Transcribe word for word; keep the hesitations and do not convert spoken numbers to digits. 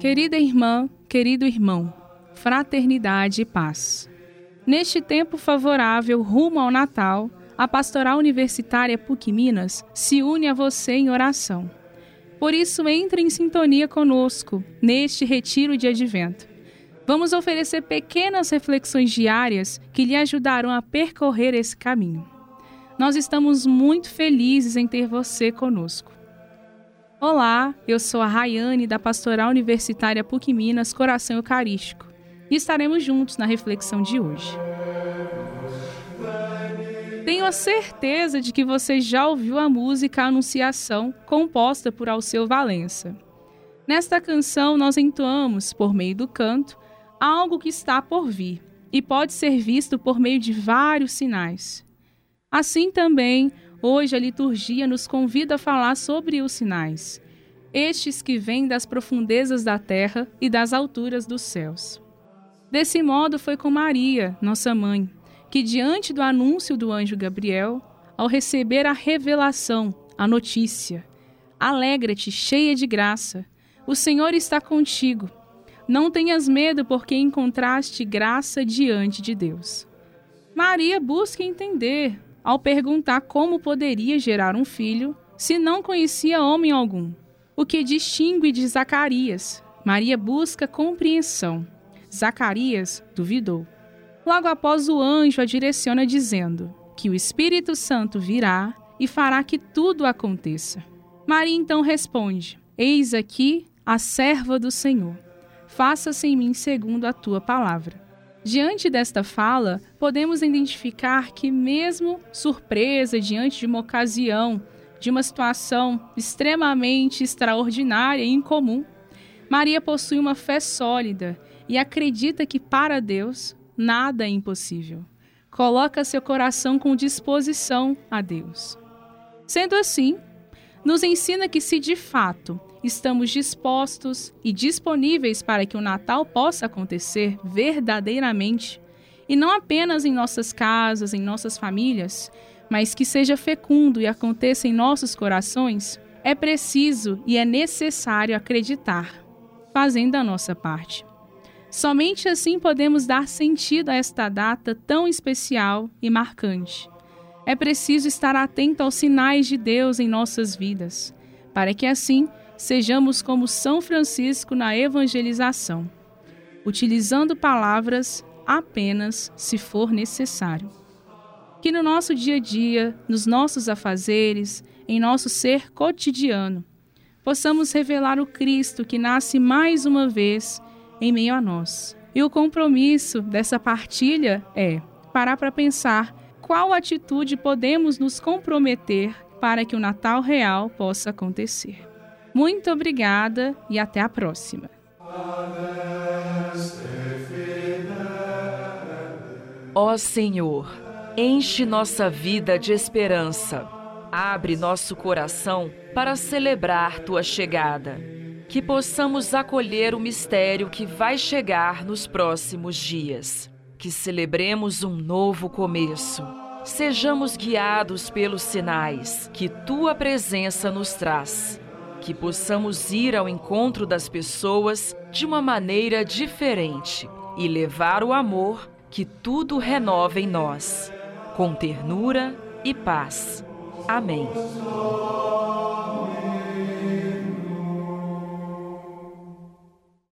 Querida irmã, querido irmão, fraternidade e paz. Neste tempo favorável rumo ao Natal, a Pastoral Universitária P U C Minas se une a você em oração. Por isso, entre em sintonia conosco neste retiro de advento. Vamos oferecer pequenas reflexões diárias que lhe ajudarão a percorrer esse caminho. Nós estamos muito felizes em ter você conosco. Olá, eu sou a Rayane da Pastoral Universitária P U C Minas Coração Eucarístico e estaremos juntos na reflexão de hoje. Tenho a certeza de que você já ouviu a música Anunciação, composta por Alceu Valença. Nesta canção nós entoamos, por meio do canto, algo que está por vir e pode ser visto por meio de vários sinais. Assim também, hoje a liturgia nos convida a falar sobre os sinais, estes que vêm das profundezas da terra e das alturas dos céus. Desse modo foi com Maria, nossa mãe, que diante do anúncio do anjo Gabriel, ao receber a revelação, a notícia, alegra-te, cheia de graça, o Senhor está contigo. Não tenhas medo, porque encontraste graça diante de Deus. Maria busca entender, ao perguntar como poderia gerar um filho, se não conhecia homem algum. O que distingue de Zacarias? Maria busca compreensão. Zacarias duvidou. Logo após, o anjo a direciona dizendo que o Espírito Santo virá e fará que tudo aconteça. Maria então responde: Eis aqui a serva do Senhor. Faça-se em mim segundo a tua palavra. Diante desta fala, podemos identificar que, mesmo surpresa diante de uma ocasião, de uma situação extremamente extraordinária e incomum, Maria possui uma fé sólida e acredita que, para Deus, nada é impossível. Coloca seu coração com disposição a Deus. Sendo assim, nos ensina que, se de fato estamos dispostos e disponíveis para que o Natal possa acontecer verdadeiramente, e não apenas em nossas casas, em nossas famílias, mas que seja fecundo e aconteça em nossos corações, é preciso e é necessário acreditar, fazendo a nossa parte. Somente assim podemos dar sentido a esta data tão especial e marcante. É preciso estar atento aos sinais de Deus em nossas vidas, para que assim sejamos como São Francisco na evangelização, utilizando palavras apenas se for necessário. Que no nosso dia a dia, nos nossos afazeres, em nosso ser cotidiano, possamos revelar o Cristo que nasce mais uma vez em meio a nós. E o compromisso dessa partilha é parar para pensar qual atitude podemos nos comprometer para que o Natal real possa acontecer. Muito obrigada e até a próxima. Ó Senhor, enche nossa vida de esperança. Abre nosso coração para celebrar Tua chegada. Que possamos acolher o mistério que vai chegar nos próximos dias. Que celebremos um novo começo. Sejamos guiados pelos sinais que Tua presença nos traz. Que possamos ir ao encontro das pessoas de uma maneira diferente e levar o amor que tudo renova em nós, com ternura e paz. Amém.